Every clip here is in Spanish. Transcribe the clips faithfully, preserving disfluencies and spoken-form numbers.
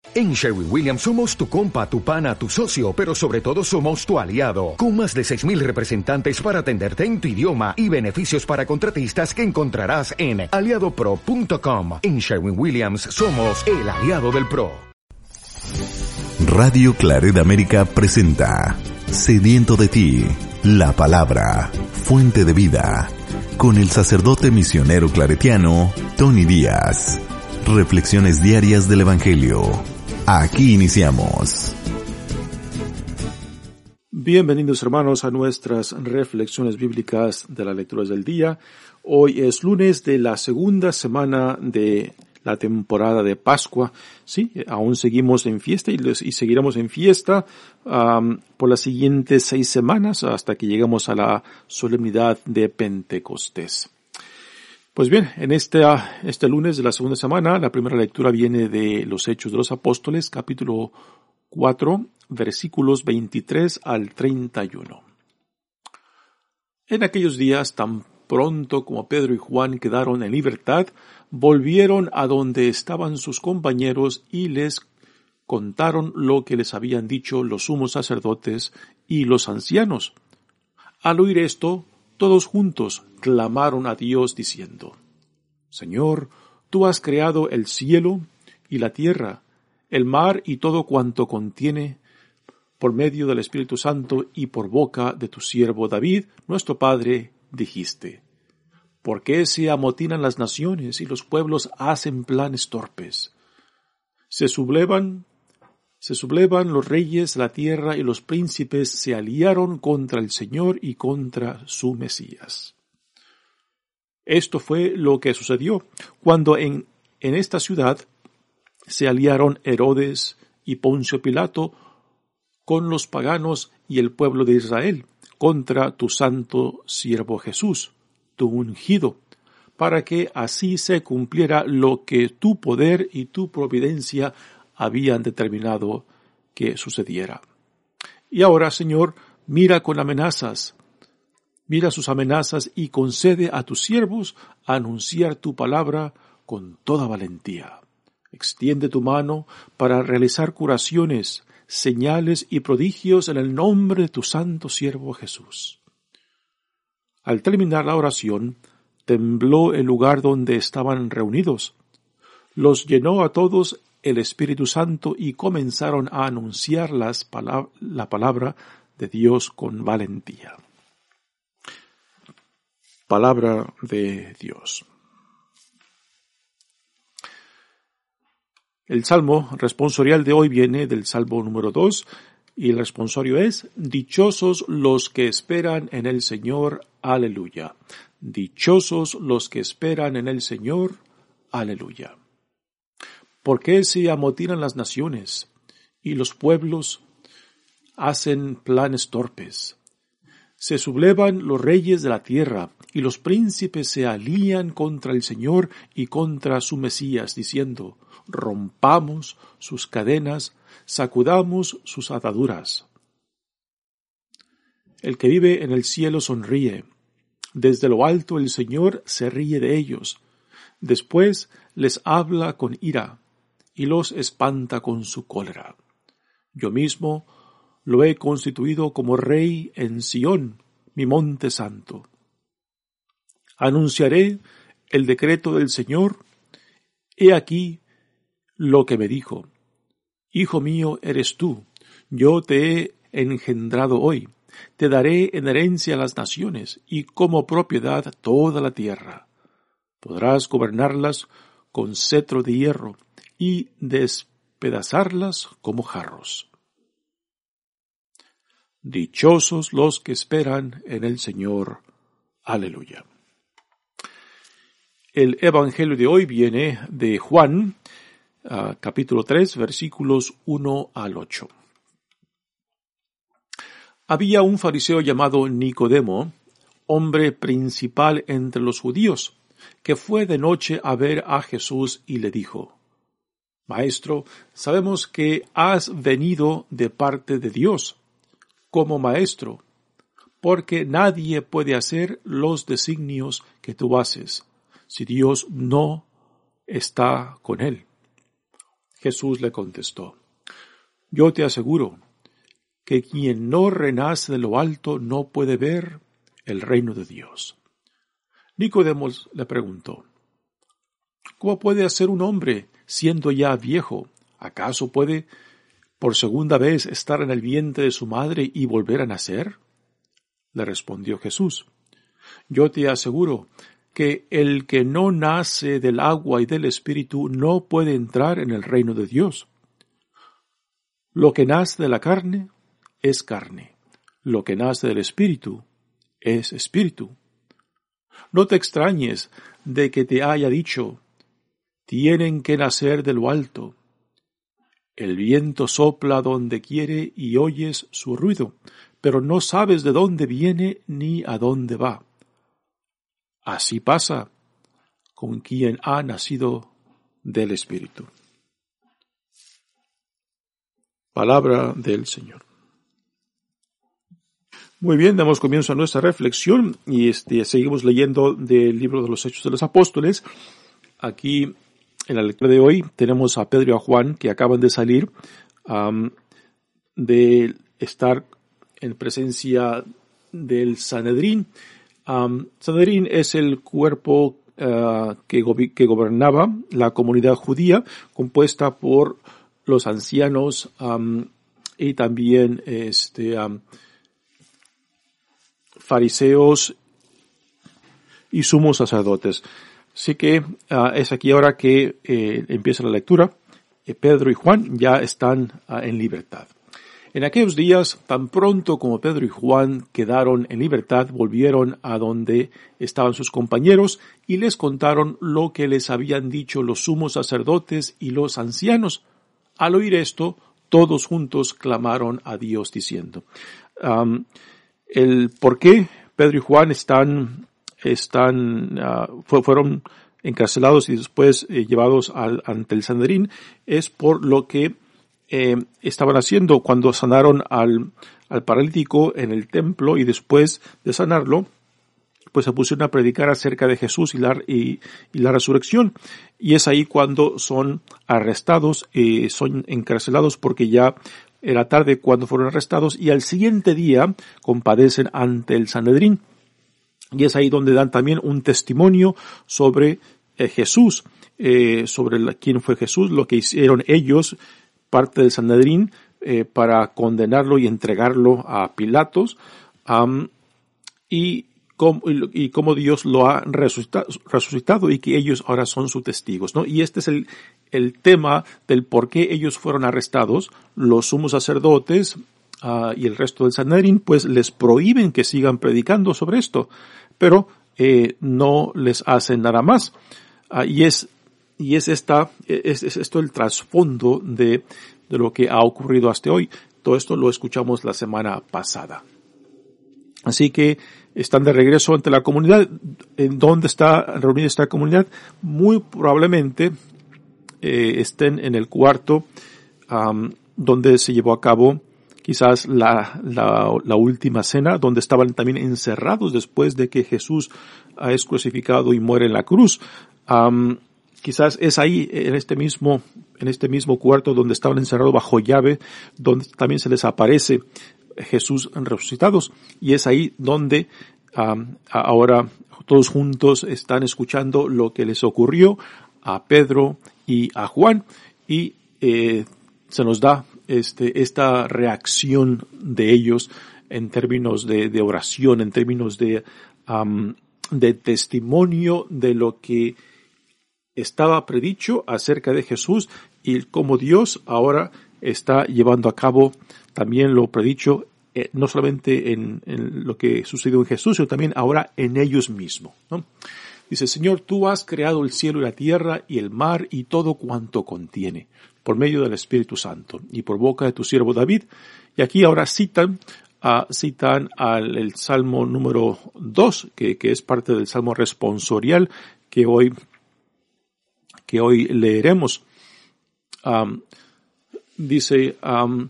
En Sherwin-Williams somos tu compa, tu pana, tu socio, pero sobre todo somos tu aliado, con más de seis mil representantes para atenderte en tu idioma y beneficios para contratistas que encontrarás en aliado pro punto com. En Sherwin-Williams somos el aliado del pro. Radio Claret América presenta Sediento de ti, la palabra, fuente de vida, con el sacerdote misionero claretiano Tony Díaz. Reflexiones diarias del Evangelio. Aquí iniciamos. Bienvenidos, hermanos, a nuestras reflexiones bíblicas de las lecturas del día. Hoy es lunes de la segunda semana de la temporada de Pascua. Sí, aún seguimos en fiesta y, les, y seguiremos en fiesta um, por las siguientes seis semanas hasta que llegamos a la solemnidad de Pentecostés. Pues bien, en este, este lunes de la segunda semana, la primera lectura viene de los Hechos de los Apóstoles, capítulo cuatro, versículos veintitrés al treinta y uno. En aquellos días, tan pronto como Pedro y Juan quedaron en libertad, volvieron a donde estaban sus compañeros y les contaron lo que les habían dicho los sumos sacerdotes y los ancianos. Al oír esto, todos juntos clamaron a Dios diciendo: Señor, tú has creado el cielo y la tierra, el mar y todo cuanto contiene, por medio del Espíritu Santo y por boca de tu siervo David, nuestro Padre, dijiste: ¿Por qué se amotinan las naciones y los pueblos hacen planes torpes? Se sublevan, se sublevan los reyes de la tierra y los príncipes se aliaron contra el Señor y contra su Mesías. Esto fue lo que sucedió cuando en, en esta ciudad se aliaron Herodes y Poncio Pilato con los paganos y el pueblo de Israel contra tu santo siervo Jesús, tu ungido, para que así se cumpliera lo que tu poder y tu providencia habían determinado que sucediera. Y ahora, Señor, mira con amenazas, mira sus amenazas y concede a tus siervos anunciar tu palabra con toda valentía. Extiende tu mano para realizar curaciones, señales y prodigios en el nombre de tu santo siervo Jesús. Al terminar la oración, tembló el lugar donde estaban reunidos. Los llenó a todos el Espíritu Santo y comenzaron a anunciar las palab- la palabra de Dios con valentía. Palabra de Dios. El salmo responsorial de hoy viene del Salmo número dos y el responsorio es: Dichosos los que esperan en el Señor, aleluya. Dichosos los que esperan en el Señor, aleluya. ¿Por qué se amotinan las naciones y los pueblos hacen planes torpes? Se sublevan los reyes de la tierra y los príncipes se alían contra el Señor y contra su Mesías, diciendo: rompamos sus cadenas, sacudamos sus ataduras. El que vive en el cielo sonríe. Desde lo alto el Señor se ríe de ellos. Después les habla con ira y los espanta con su cólera. Yo mismo lo he constituido como rey en Sión, mi monte santo. Anunciaré el decreto del Señor. He aquí lo que me dijo: Hijo mío eres tú, yo te he engendrado hoy. Te daré en herencia a las naciones y como propiedad toda la tierra. Podrás gobernarlas con cetro de hierro y despedazarlas como jarros. Dichosos los que esperan en el Señor. Aleluya. El Evangelio de hoy viene de Juan, uh, capítulo tres, versículos uno al ocho. Había un fariseo llamado Nicodemo, hombre principal entre los judíos, que fue de noche a ver a Jesús y le dijo: Maestro, sabemos que has venido de parte de Dios, como maestro, porque nadie puede hacer los designios que tú haces, si Dios no está con él. Jesús le contestó: yo te aseguro que quien no renace de lo alto no puede ver el reino de Dios. Nicodemos le preguntó: ¿cómo puede hacer un hombre, siendo ya viejo, acaso puede por segunda vez estar en el vientre de su madre y volver a nacer? Le respondió Jesús: yo te aseguro que el que no nace del agua y del Espíritu no puede entrar en el reino de Dios. Lo que nace de la carne es carne, lo que nace del Espíritu es Espíritu. No te extrañes de que te haya dicho: tienen que nacer de lo alto. El viento sopla donde quiere y oyes su ruido, pero no sabes de dónde viene ni a dónde va. Así pasa con quien ha nacido del Espíritu. Palabra del Señor. Muy bien, damos comienzo a nuestra reflexión y este, seguimos leyendo del libro de los Hechos de los Apóstoles. Aquí, en la lectura de hoy, tenemos a Pedro y a Juan que acaban de salir um, de estar en presencia del Sanedrín. Um, Sanedrín es el cuerpo uh, que, go- que gobernaba la comunidad judía, compuesta por los ancianos um, y también este um, fariseos y sumos sacerdotes. Así que uh, es aquí ahora que eh, empieza la lectura. Eh, Pedro y Juan ya están uh, en libertad. En aquellos días, tan pronto como Pedro y Juan quedaron en libertad, volvieron a donde estaban sus compañeros y les contaron lo que les habían dicho los sumos sacerdotes y los ancianos. Al oír esto, todos juntos clamaron a Dios diciendo: um, el por qué Pedro y Juan están, están, uh, fueron encarcelados y después eh, llevados al, ante el Sanedrín es por lo que Eh, estaban haciendo cuando sanaron al, al paralítico en el templo, y después de sanarlo, pues se pusieron a predicar acerca de Jesús y la, y, y la resurrección. Y es ahí cuando son arrestados, eh, son encarcelados porque ya era tarde cuando fueron arrestados, y al siguiente día compadecen ante el Sanedrín. Y es ahí donde dan también un testimonio sobre eh, Jesús, eh, sobre la, quién fue Jesús, lo que hicieron ellos, parte del Sanedrín, eh, para condenarlo y entregarlo a Pilatos, um, y, cómo, y cómo Dios lo ha resucitado, resucitado y que ellos ahora son sus testigos, ¿no? Y este es el, el tema del por qué ellos fueron arrestados. Los sumos sacerdotes uh, y el resto del Sanedrín pues les prohíben que sigan predicando sobre esto, pero eh, no les hacen nada más. Uh, y es Y es esta, es, es esto el trasfondo de, de lo que ha ocurrido hasta hoy. Todo esto lo escuchamos la semana pasada. Así que están de regreso ante la comunidad. ¿En dónde está reunida esta comunidad? Muy probablemente eh, estén en el cuarto um, donde se llevó a cabo quizás la, la, la última cena, donde estaban también encerrados después de que Jesús es crucificado y muere en la cruz. Um, Quizás es ahí, en este mismo, en este mismo cuarto donde estaban encerrados bajo llave, donde también se les aparece Jesús resucitados. Y es ahí donde um, ahora todos juntos están escuchando lo que les ocurrió a Pedro y a Juan. Y eh, se nos da este, esta reacción de ellos en términos de, de oración, en términos de, um, de testimonio de lo que estaba predicho acerca de Jesús y cómo Dios ahora está llevando a cabo también lo predicho, eh, no solamente en, en lo que sucedió en Jesús, sino también ahora en ellos mismos, ¿no? Dice: Señor, tú has creado el cielo y la tierra y el mar y todo cuanto contiene, por medio del Espíritu Santo y por boca de tu siervo David. Y aquí ahora citan Uh, citan al el Salmo número dos, que, que es parte del Salmo responsorial que hoy que hoy leeremos. Um, dice, um,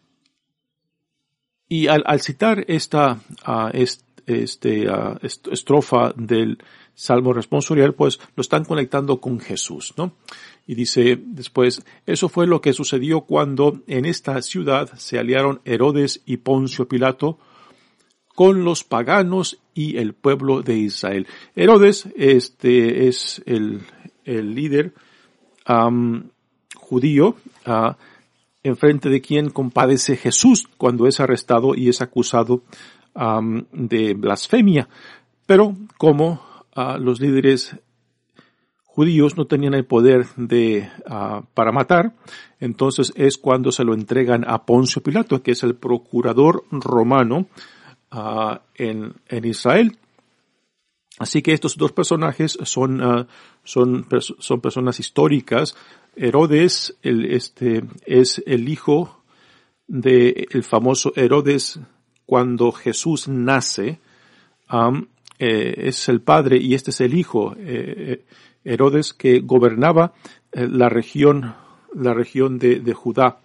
y al, al citar esta uh, est, este, uh, estrofa del Salmo responsorial, pues lo están conectando con Jesús, ¿no? Y dice después, eso fue lo que sucedió cuando en esta ciudad se aliaron Herodes y Poncio Pilato con los paganos y el pueblo de Israel. Herodes este es el, el líder um, judío, uh, en frente de quien compadece Jesús cuando es arrestado y es acusado um, de blasfemia. Pero como uh, los líderes judíos no tenían el poder de uh, para matar, entonces es cuando se lo entregan a Poncio Pilato, que es el procurador romano uh, en, en Israel. Así que estos dos personajes son uh, son son personas históricas. Herodes, el, este, es el hijo de el famoso Herodes cuando Jesús nace. Um, eh, es el padre y este es el hijo. Eh, Herodes que gobernaba eh, la región, la región de, de Judá,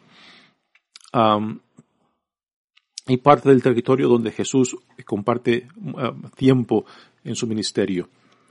um, y parte del territorio donde Jesús comparte uh, tiempo en su ministerio.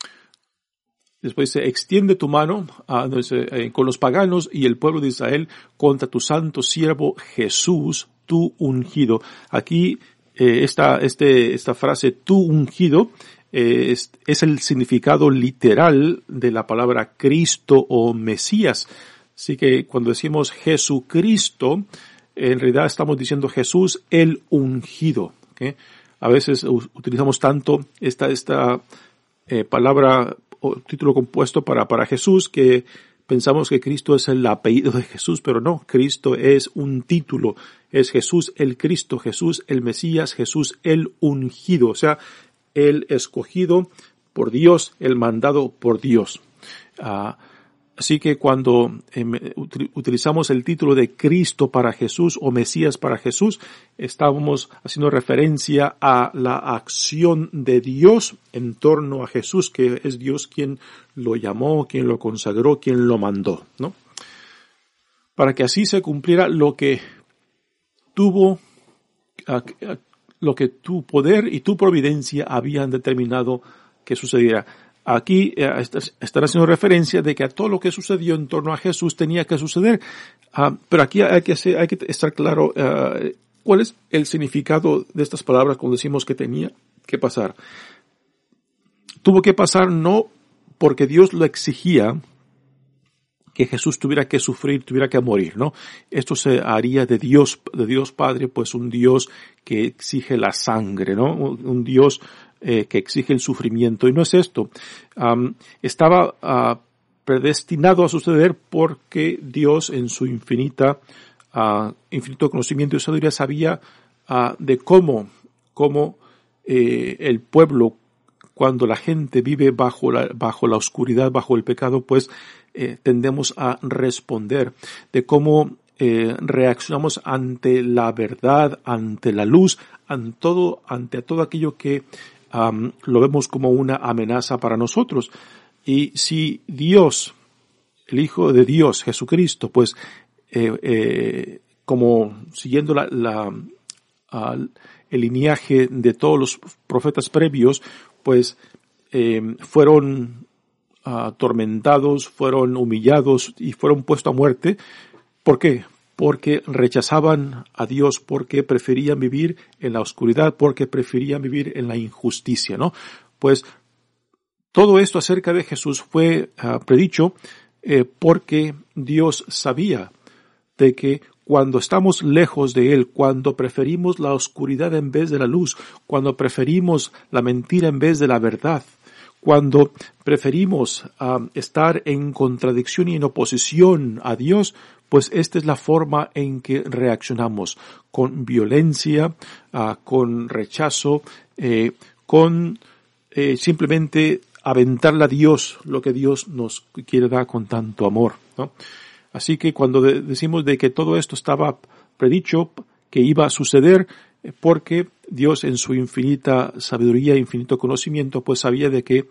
Después se extiende tu mano uh, eh, con los paganos y el pueblo de Israel contra tu santo siervo Jesús, tu ungido. Aquí eh, esta, este, esta frase, tu ungido, eh, es, es el significado literal de la palabra Cristo o Mesías. Así que cuando decimos Jesucristo, en realidad estamos diciendo Jesús el ungido. ¿Okay? A veces utilizamos tanto esta, esta eh, palabra o título compuesto para, para Jesús que pensamos que Cristo es el apellido de Jesús, pero no, Cristo es un título, es Jesús el Cristo, Jesús el Mesías, Jesús el ungido, o sea, el escogido por Dios, el mandado por Dios. Uh, Así que cuando eh, utilizamos el título de Cristo para Jesús o Mesías para Jesús, estamos haciendo referencia a la acción de Dios en torno a Jesús, que es Dios quien lo llamó, quien lo consagró, quien lo mandó, ¿no? Para que así se cumpliera lo que tuvo, uh, lo que tu poder y tu providencia habían determinado que sucediera. Aquí eh, están haciendo referencia de que a todo lo que sucedió en torno a Jesús tenía que suceder. Uh, pero aquí hay que, hacer, hay que estar claro uh, cuál es el significado de estas palabras cuando decimos que tenía que pasar. Tuvo que pasar no porque Dios lo exigía que Jesús tuviera que sufrir, tuviera que morir, ¿no? Esto se haría de Dios, de Dios Padre, pues un Dios que exige la sangre, ¿no? Un Dios Eh, que exige el sufrimiento. Y no es esto. Um, estaba uh, predestinado a suceder porque Dios en su infinita, uh, infinito conocimiento y sabiduría sabía uh, de cómo, cómo eh, el pueblo, cuando la gente vive bajo la, bajo la oscuridad, bajo el pecado, pues eh, tendemos a responder, de cómo eh, reaccionamos ante la verdad, ante la luz, ante todo, ante todo aquello que Um, lo vemos como una amenaza para nosotros. Y si Dios, el Hijo de Dios, Jesucristo, pues, eh, eh, como siguiendo la, la, uh, el lineaje de todos los profetas previos, pues, eh, fueron uh, atormentados, fueron humillados y fueron puestos a muerte. ¿Por qué? Porque rechazaban a Dios, porque preferían vivir en la oscuridad, porque preferían vivir en la injusticia, ¿no? Pues todo esto acerca de Jesús fue uh, predicho eh, porque Dios sabía de que cuando estamos lejos de Él, cuando preferimos la oscuridad en vez de la luz, cuando preferimos la mentira en vez de la verdad, cuando preferimos uh, estar en contradicción y en oposición a Dios, pues esta es la forma en que reaccionamos, con violencia, uh, con rechazo, eh, con eh, simplemente aventarle a Dios lo que Dios nos quiere dar con tanto amor, ¿no? Así que cuando de- decimos de que todo esto estaba predicho, que iba a suceder, eh, porque Dios en su infinita sabiduría, infinito conocimiento, pues sabía de que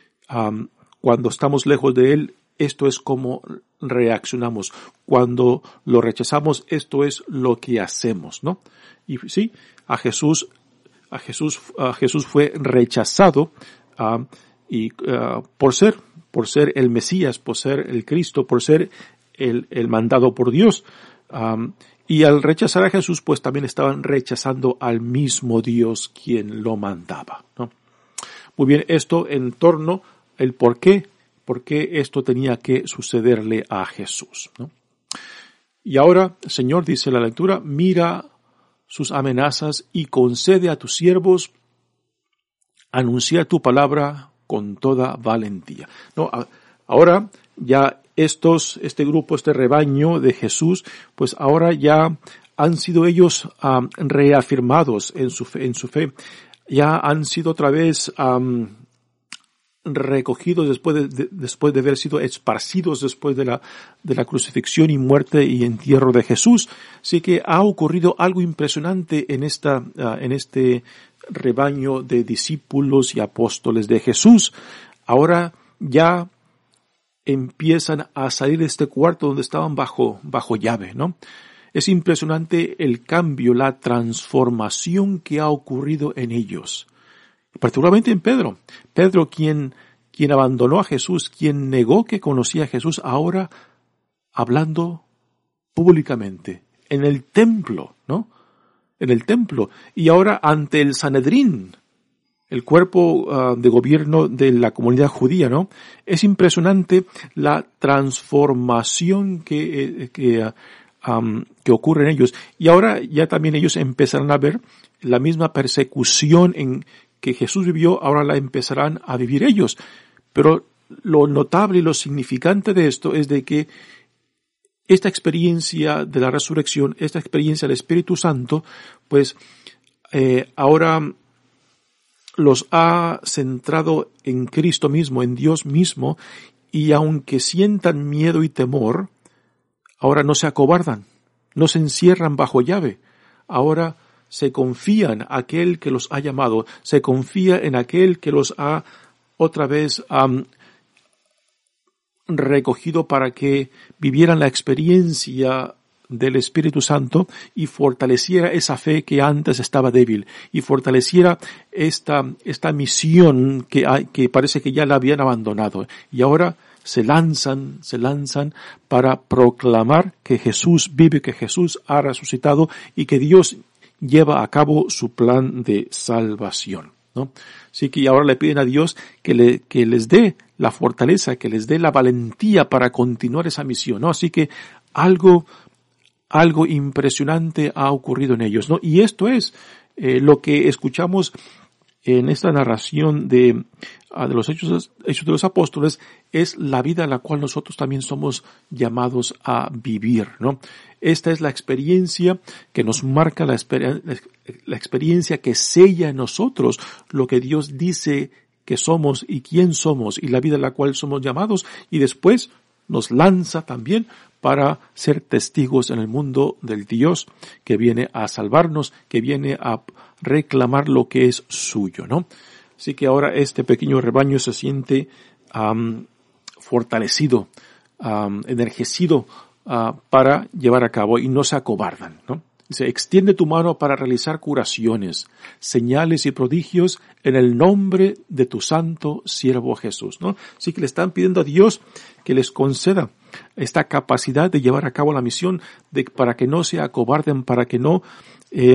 um, cuando estamos lejos de Él, esto es como reaccionamos. Cuando lo rechazamos, esto es lo que hacemos, ¿no? Y sí, a Jesús, a Jesús, a Jesús fue rechazado, uh, y uh, por ser, por ser el Mesías, por ser el Cristo, por ser el, el mandado por Dios. Um, y al rechazar a Jesús, pues también estaban rechazando al mismo Dios quien lo mandaba, ¿no? Muy bien, esto en torno al por qué, por qué esto tenía que sucederle a Jesús, ¿no? Y ahora, Señor, dice la lectura, mira sus amenazas y concede a tus siervos anunciar tu palabra con toda valentía. No, ahora ya estos, este grupo, este rebaño de Jesús, pues ahora ya han sido ellos um, reafirmados en su fe, en su fe. Ya han sido otra vez um, recogidos después de, de, después de haber sido esparcidos después de la, de la crucifixión y muerte y entierro de Jesús. Así que ha ocurrido algo impresionante en esta, uh, en este rebaño de discípulos y apóstoles de Jesús. Ahora ya empiezan a salir de este cuarto donde estaban bajo, bajo llave, ¿no? Es impresionante el cambio, la transformación que ha ocurrido en ellos. Particularmente en Pedro. Pedro, quien, quien abandonó a Jesús, quien negó que conocía a Jesús, ahora hablando públicamente, en el templo, ¿no? En el templo. Y ahora ante el Sanedrín, el cuerpo uh, de gobierno de la comunidad judía, ¿no? Es impresionante la transformación que, eh, que, uh, um, que ocurre en ellos. Y ahora ya también ellos empezarán a ver la misma persecución en que Jesús vivió, ahora la empezarán a vivir ellos. Pero lo notable y lo significante de esto es de que esta experiencia de la resurrección, esta experiencia del Espíritu Santo, pues eh, ahora los ha centrado en Cristo mismo, en Dios mismo, y aunque sientan miedo y temor, ahora no se acobardan, no se encierran bajo llave, ahora se confían en aquel que los ha llamado, se confía en aquel que los ha otra vez um, recogido para que vivieran la experiencia del Espíritu Santo y fortaleciera esa fe que antes estaba débil y fortaleciera esta, esta misión que hay, que parece que ya la habían abandonado. Y ahora se lanzan, se lanzan para proclamar que Jesús vive, que Jesús ha resucitado y que Dios lleva a cabo su plan de salvación, ¿no? Así que ahora le piden a Dios que le, que les dé la fortaleza, que les dé la valentía para continuar esa misión, ¿no? Así que algo, algo impresionante ha ocurrido en ellos, ¿no? Y esto es eh, lo que escuchamos en esta narración de, uh, de los hechos, hechos de los apóstoles, es la vida a la cual nosotros también somos llamados a vivir, ¿no? Esta es la experiencia que nos marca, la, exper- la experiencia que sella en nosotros lo que Dios dice que somos y quién somos y la vida a la cual somos llamados, y después nos lanza también para ser testigos en el mundo del Dios que viene a salvarnos, que viene a reclamar lo que es suyo, ¿no? Así que ahora este pequeño rebaño se siente um, fortalecido, um, enérgecido uh, para llevar a cabo y no se acobardan, ¿no? Dice, extiende tu mano para realizar curaciones, señales y prodigios en el nombre de tu santo siervo Jesús, ¿no? Así que le están pidiendo a Dios que les conceda esta capacidad de llevar a cabo la misión, de, para que no se acobarden, para que no eh,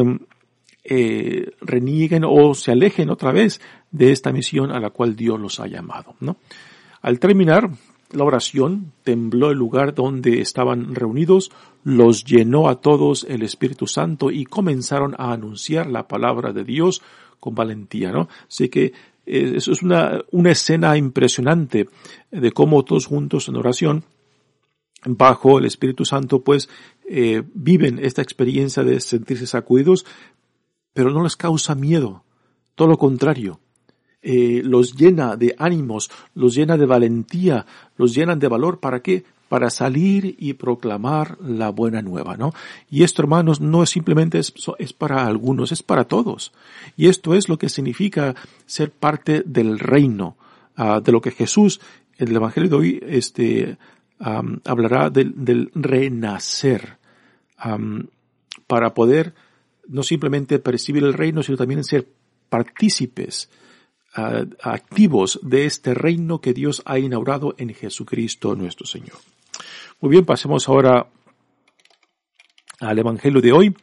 eh, renieguen o se alejen otra vez de esta misión a la cual Dios los ha llamado, ¿no? Al terminar la oración, tembló el lugar donde estaban reunidos, los llenó a todos el Espíritu Santo y comenzaron a anunciar la palabra de Dios con valentía, ¿no? Así que eh, eso es una, una escena impresionante de cómo todos juntos en oración, bajo el Espíritu Santo, pues eh, viven esta experiencia de sentirse sacudidos, pero no les causa miedo, todo lo contrario. Eh, los llena de ánimos, los llena de valentía, los llenan de valor. ¿Para qué? Para salir y proclamar la buena nueva, ¿no? Y esto, hermanos, no es simplemente es, es para algunos, es para todos. Y esto es lo que significa ser parte del reino, uh, de lo que Jesús, en el Evangelio de hoy, este, um, hablará del, del renacer, um, para poder no simplemente percibir el reino, sino también ser partícipes uh, activos de este reino que Dios ha inaugurado en Jesucristo nuestro Señor. Muy bien, pasemos ahora al Evangelio de hoy,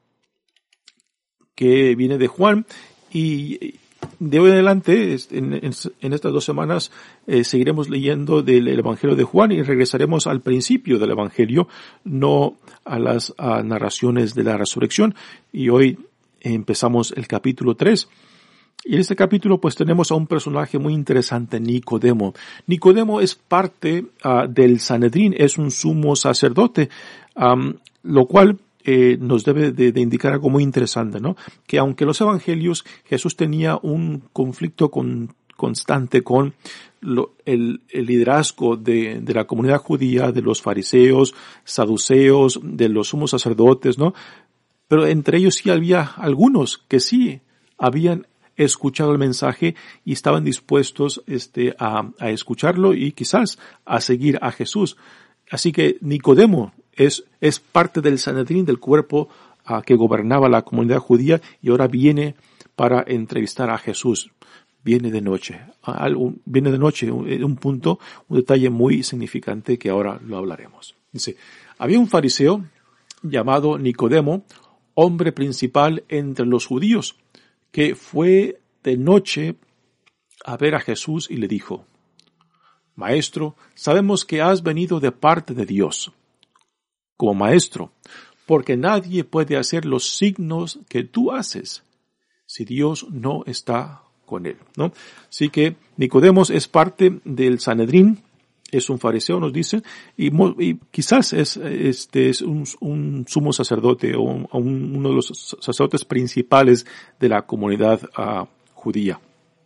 que viene de Juan, y de hoy en adelante, en, en, en estas dos semanas, eh, seguiremos leyendo del Evangelio de Juan y regresaremos al principio del Evangelio, no a las a narraciones de la resurrección. Y hoy empezamos el capítulo tres. Y en este capítulo pues tenemos a un personaje muy interesante, Nicodemo. Nicodemo es parte uh, del Sanedrín, es un sumo sacerdote, um, lo cual Eh, nos debe de, de indicar algo muy interesante, ¿no? Que aunque en los evangelios Jesús tenía un conflicto con, constante con lo, el, el liderazgo de, de la comunidad judía, de los fariseos, saduceos, de los sumos sacerdotes, ¿no? Pero entre ellos sí había algunos que sí habían escuchado el mensaje y estaban dispuestos este, a, a escucharlo y quizás a seguir a Jesús. Así que Nicodemo es, es parte del Sanedrín, del cuerpo uh, que gobernaba la comunidad judía, y ahora viene para entrevistar a Jesús. Viene de noche. Algo, viene de noche, un, un punto, un detalle muy significante que ahora lo hablaremos. Dice, había un fariseo llamado Nicodemo, hombre principal entre los judíos, que fue de noche a ver a Jesús y le dijo, Maestro, sabemos que has venido de parte de Dios, como maestro, porque nadie puede hacer los signos que tú haces si Dios no está con él, ¿no? Así que Nicodemos es parte del Sanedrín, es un fariseo, nos dice, y, y quizás es, este, es un, un sumo sacerdote o un, uno de los sacerdotes principales de la comunidad uh, judía.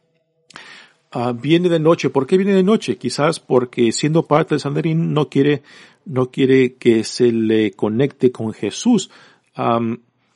Uh, viene de noche. ¿Por qué viene de noche? Quizás porque siendo parte del Sanedrín no quiere, no quiere que se le conecte con Jesús, um,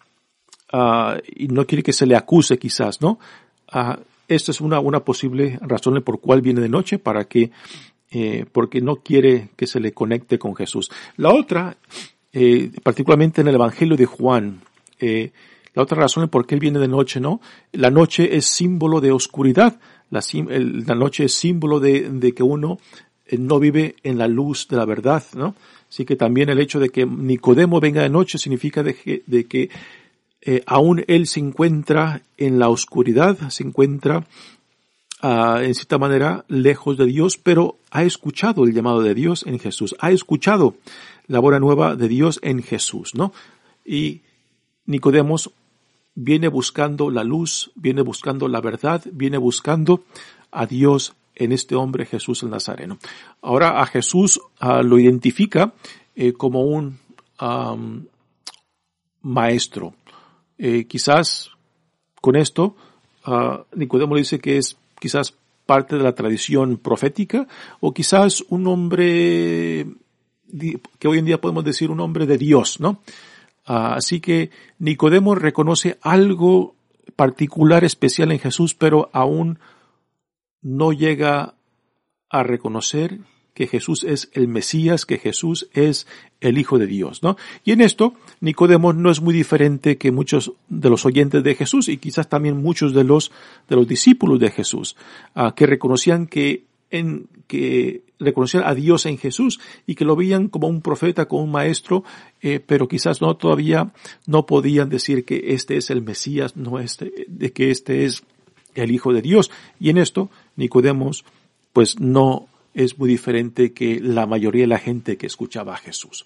uh, y no quiere que se le acuse quizás, ¿no? Uh, esta es una, una posible razón por cual viene de noche, para que, eh, porque no quiere que se le conecte con Jesús. La otra, eh, particularmente en el Evangelio de Juan, eh, la otra razón por qué él viene de noche, ¿no? La noche es símbolo de oscuridad. La, el, la noche es símbolo de, de que uno eh, no vive en la luz de la verdad, ¿no? Así que también el hecho de que Nicodemo venga de noche significa de que, de que eh, aún él se encuentra en la oscuridad, se encuentra uh, en cierta manera lejos de Dios, pero ha escuchado el llamado de Dios en Jesús, ha escuchado la buena nueva de Dios en Jesús, ¿no? Y Nicodemos viene buscando la luz, viene buscando la verdad, viene buscando a Dios en este hombre Jesús el Nazareno. Ahora a Jesús uh, lo identifica eh, como un um, maestro. Eh, quizás con esto uh, Nicodemo dice que es quizás parte de la tradición profética, o quizás un hombre que hoy en día podemos decir un hombre de Dios, ¿no? Uh, así que Nicodemo reconoce algo particular, especial en Jesús, pero aún no llega a reconocer que Jesús es el Mesías, que Jesús es el Hijo de Dios, ¿no? Y en esto, Nicodemo no es muy diferente que muchos de los oyentes de Jesús, y quizás también muchos de los, de los discípulos de Jesús, uh, que reconocían que en, que reconocían a Dios en Jesús y que lo veían como un profeta, como un maestro, eh, pero quizás no todavía no podían decir que este es el Mesías, no este, de que este es el Hijo de Dios. Y en esto, Nicodemos, pues no es muy diferente que la mayoría de la gente que escuchaba a Jesús.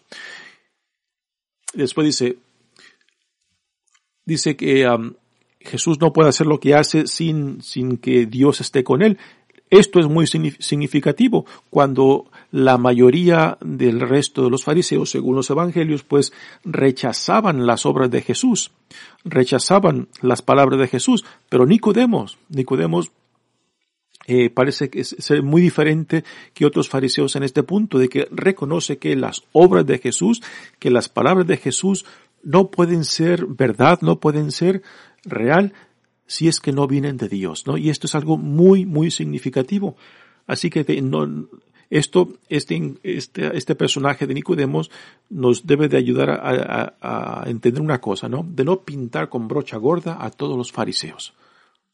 Después dice, dice que um, Jesús no puede hacer lo que hace sin, sin que Dios esté con él. Esto es muy significativo cuando la mayoría del resto de los fariseos, según los evangelios, pues rechazaban las obras de Jesús, rechazaban las palabras de Jesús, pero Nicodemos, Nicodemos eh, parece que es, es muy diferente que otros fariseos en este punto, de que reconoce que las obras de Jesús, que las palabras de Jesús no pueden ser verdad, no pueden ser real, si es que no vienen de Dios, ¿no? Y esto es algo muy, muy significativo. Así que de, no, esto, este, este, este personaje de Nicodemos nos debe de ayudar a, a, a entender una cosa, ¿no? De no pintar con brocha gorda a todos los fariseos.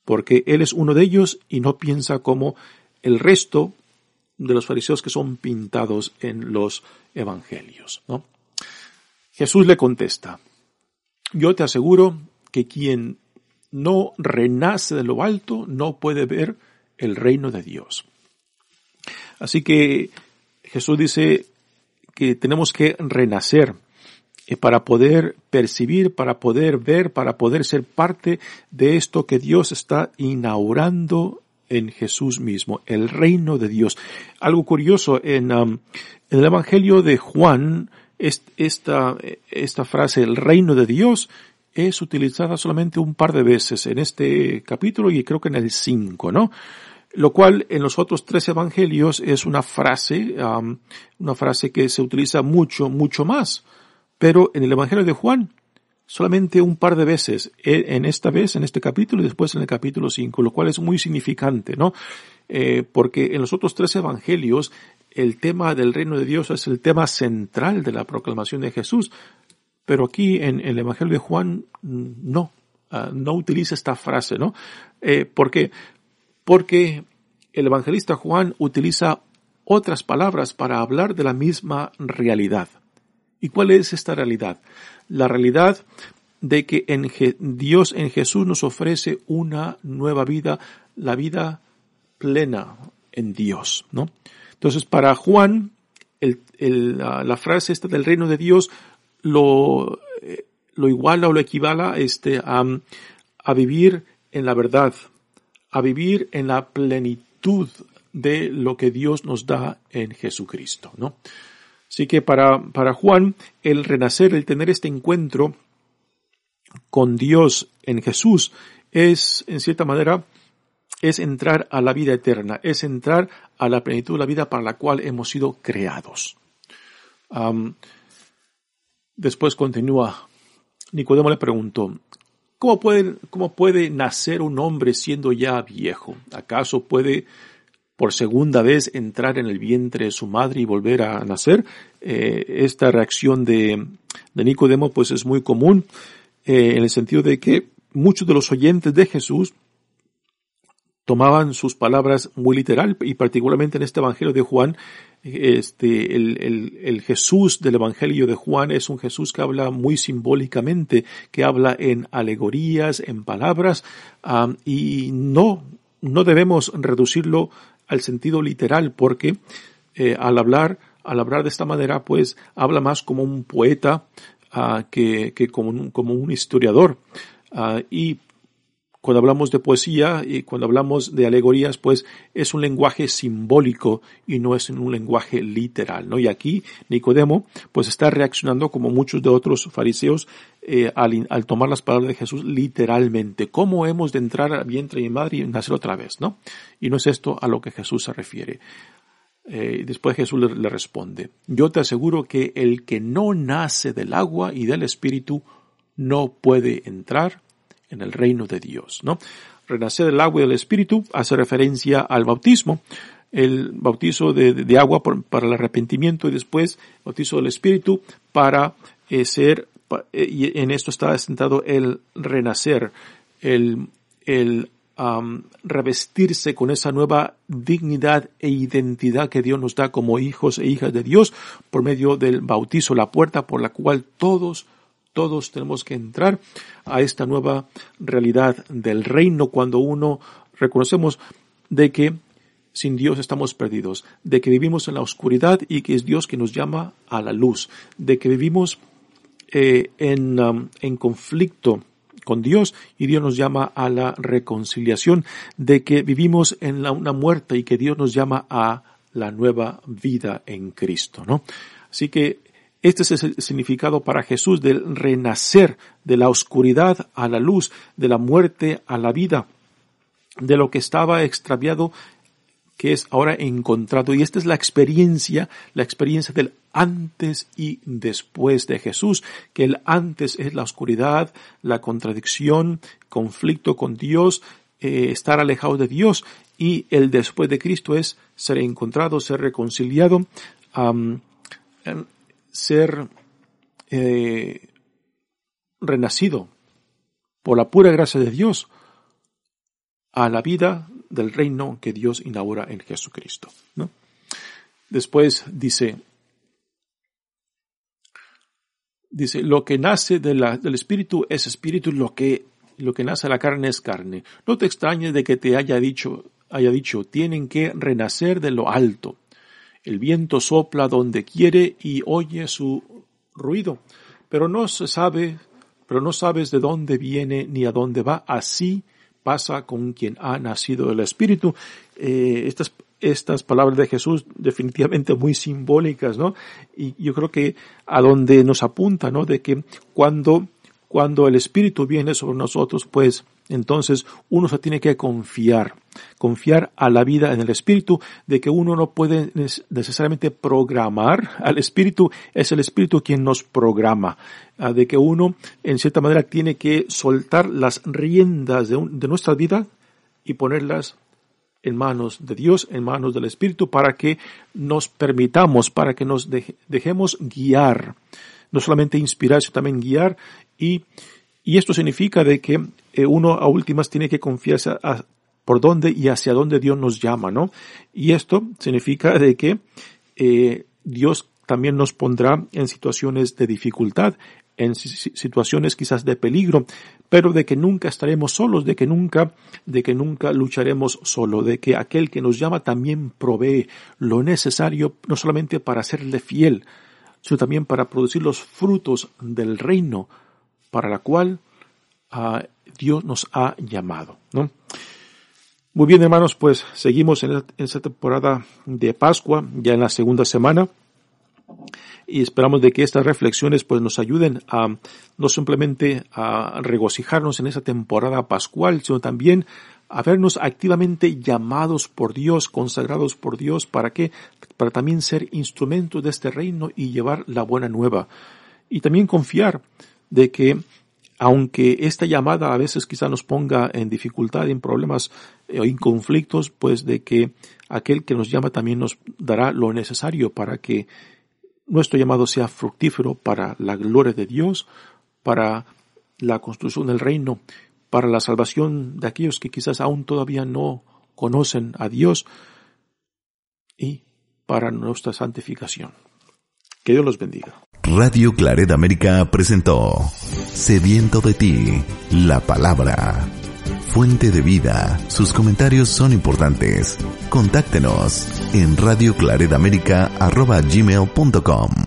porque él es uno de ellos y no piensa como el resto de los fariseos que son pintados en los evangelios, ¿no? Jesús le contesta: yo te aseguro que quien no renace de lo alto no puede ver el reino de Dios. Así que Jesús dice que tenemos que renacer para poder percibir, para poder ver, para poder ser parte de esto que Dios está inaugurando en Jesús mismo, el reino de Dios. Algo curioso, en, um, en el Evangelio de Juan, est, esta, esta frase, el reino de Dios, es utilizada solamente un par de veces en este capítulo y creo que en el cinco, ¿no? Lo cual en los otros tres evangelios es una frase, um, una frase que se utiliza mucho, mucho más. Pero en el Evangelio de Juan, solamente un par de veces, en esta vez, en este capítulo y después en el capítulo cinco, lo cual es muy significante, ¿no? Eh, porque en los otros tres evangelios, el tema del reino de Dios es el tema central de la proclamación de Jesús. Pero aquí en, en el Evangelio de Juan, no, uh, no utiliza esta frase, ¿no? Eh, ¿Por qué? Porque el evangelista Juan utiliza otras palabras para hablar de la misma realidad. ¿Y cuál es esta realidad? La realidad de que en Je- Dios en Jesús nos ofrece una nueva vida, la vida plena en Dios, ¿no? Entonces, para Juan, el, el, la, la frase esta del reino de Dios lo, eh, lo iguala o lo equivala este, a, a vivir en la verdad, a vivir en la plenitud de lo que Dios nos da en Jesucristo, ¿no? Así que para, para Juan, el renacer, el tener este encuentro con Dios en Jesús es, en cierta manera, es entrar a la vida eterna, es entrar a la plenitud de la vida para la cual hemos sido creados. Um, después continúa, Nicodemo le preguntó: ¿Cómo puede, cómo puede nacer un hombre siendo ya viejo? ¿Acaso puede por segunda vez entrar en el vientre de su madre y volver a nacer? Eh, esta reacción de, de Nicodemo pues es muy común, eh, en el sentido de que muchos de los oyentes de Jesús tomaban sus palabras muy literal, y particularmente en este Evangelio de Juan, este, el, el, el Jesús del Evangelio de Juan es un Jesús que habla muy simbólicamente, que habla en alegorías, en palabras, um, y no, no debemos reducirlo al sentido literal, porque eh, al hablar, al hablar de esta manera, pues habla más como un poeta uh, que, que como un, como un historiador, uh, y cuando hablamos de poesía y cuando hablamos de alegorías, pues es un lenguaje simbólico y no es un lenguaje literal, ¿no? Y aquí Nicodemo pues está reaccionando como muchos de otros fariseos eh, al, al tomar las palabras de Jesús literalmente. ¿Cómo hemos de entrar al vientre de mi madre y nacer otra vez, no? Y no es esto a lo que Jesús se refiere. Eh, después Jesús le, le responde: yo te aseguro que el que no nace del agua y del Espíritu no puede entrar en el reino de Dios, ¿no? Renacer del agua y del Espíritu hace referencia al bautismo, el bautizo de, de, de agua por, para el arrepentimiento y después bautizo del Espíritu para eh, ser, pa, eh, y en esto está sentado el renacer, el, el um, revestirse con esa nueva dignidad e identidad que Dios nos da como hijos e hijas de Dios por medio del bautizo, la puerta por la cual todos Todos tenemos que entrar a esta nueva realidad del reino cuando uno reconocemos de que sin Dios estamos perdidos, de que vivimos en la oscuridad y que es Dios que nos llama a la luz, de que vivimos eh, en, um, en conflicto con Dios y Dios nos llama a la reconciliación, de que vivimos en la, una muerte y que Dios nos llama a la nueva vida en Cristo, ¿no? Así que este es el significado para Jesús del renacer de la oscuridad a la luz, de la muerte a la vida, de lo que estaba extraviado, que es ahora encontrado. Y esta es la experiencia, la experiencia del antes y después de Jesús, que el antes es la oscuridad, la contradicción, conflicto con Dios, eh, estar alejado de Dios, y el después de Cristo es ser encontrado, ser reconciliado, um, ser eh, renacido por la pura gracia de Dios a la vida del reino que Dios inaugura en Jesucristo, ¿no? Después dice, dice, lo que nace de la, del Espíritu es Espíritu, lo que, lo que nace de la carne es carne. No te extrañes de que te haya dicho, haya dicho, tienen que renacer de lo alto. El viento sopla donde quiere y oye su ruido, pero no se sabe, pero no sabes de dónde viene ni a dónde va. Así pasa con quien ha nacido del Espíritu. Eh, estas, estas palabras de Jesús definitivamente muy simbólicas, ¿no? Y yo creo que a donde nos apunta, ¿no? De que cuando, cuando el Espíritu viene sobre nosotros, pues entonces uno se tiene que confiar, confiar a la vida en el Espíritu, de que uno no puede necesariamente programar al Espíritu, es el Espíritu quien nos programa, de que uno en cierta manera tiene que soltar las riendas de, un, de nuestra vida y ponerlas en manos de Dios, en manos del Espíritu, para que nos permitamos, para que nos deje, dejemos guiar, no solamente inspirar, sino también guiar, y Y esto significa de que eh, uno a últimas tiene que confiarse a, a, por dónde y hacia dónde Dios nos llama, ¿no? Y esto significa de que eh, Dios también nos pondrá en situaciones de dificultad, en situaciones quizás de peligro, pero de que nunca estaremos solos, de que nunca, de que nunca lucharemos solo, de que aquel que nos llama también provee lo necesario, no solamente para serle fiel, sino también para producir los frutos del reino para la cual uh, Dios nos ha llamado, ¿no? Muy bien, hermanos, pues seguimos en, en esta temporada de Pascua, ya en la segunda semana, y esperamos de que estas reflexiones pues nos ayuden a no simplemente a regocijarnos en esa temporada pascual, sino también a vernos activamente llamados por Dios, consagrados por Dios, ¿para qué? Para también ser instrumentos de este reino y llevar la buena nueva. Y también confiar de que aunque esta llamada a veces quizá nos ponga en dificultad, en problemas o eh, en conflictos, pues de que aquel que nos llama también nos dará lo necesario para que nuestro llamado sea fructífero para la gloria de Dios, para la construcción del reino, para la salvación de aquellos que quizás aún todavía no conocen a Dios y para nuestra santificación. Que Dios los bendiga. Radio Claret América presentó Sediento de ti, la palabra. Fuente de vida. Sus comentarios son importantes. Contáctenos en radio claret america arroba gmail punto com.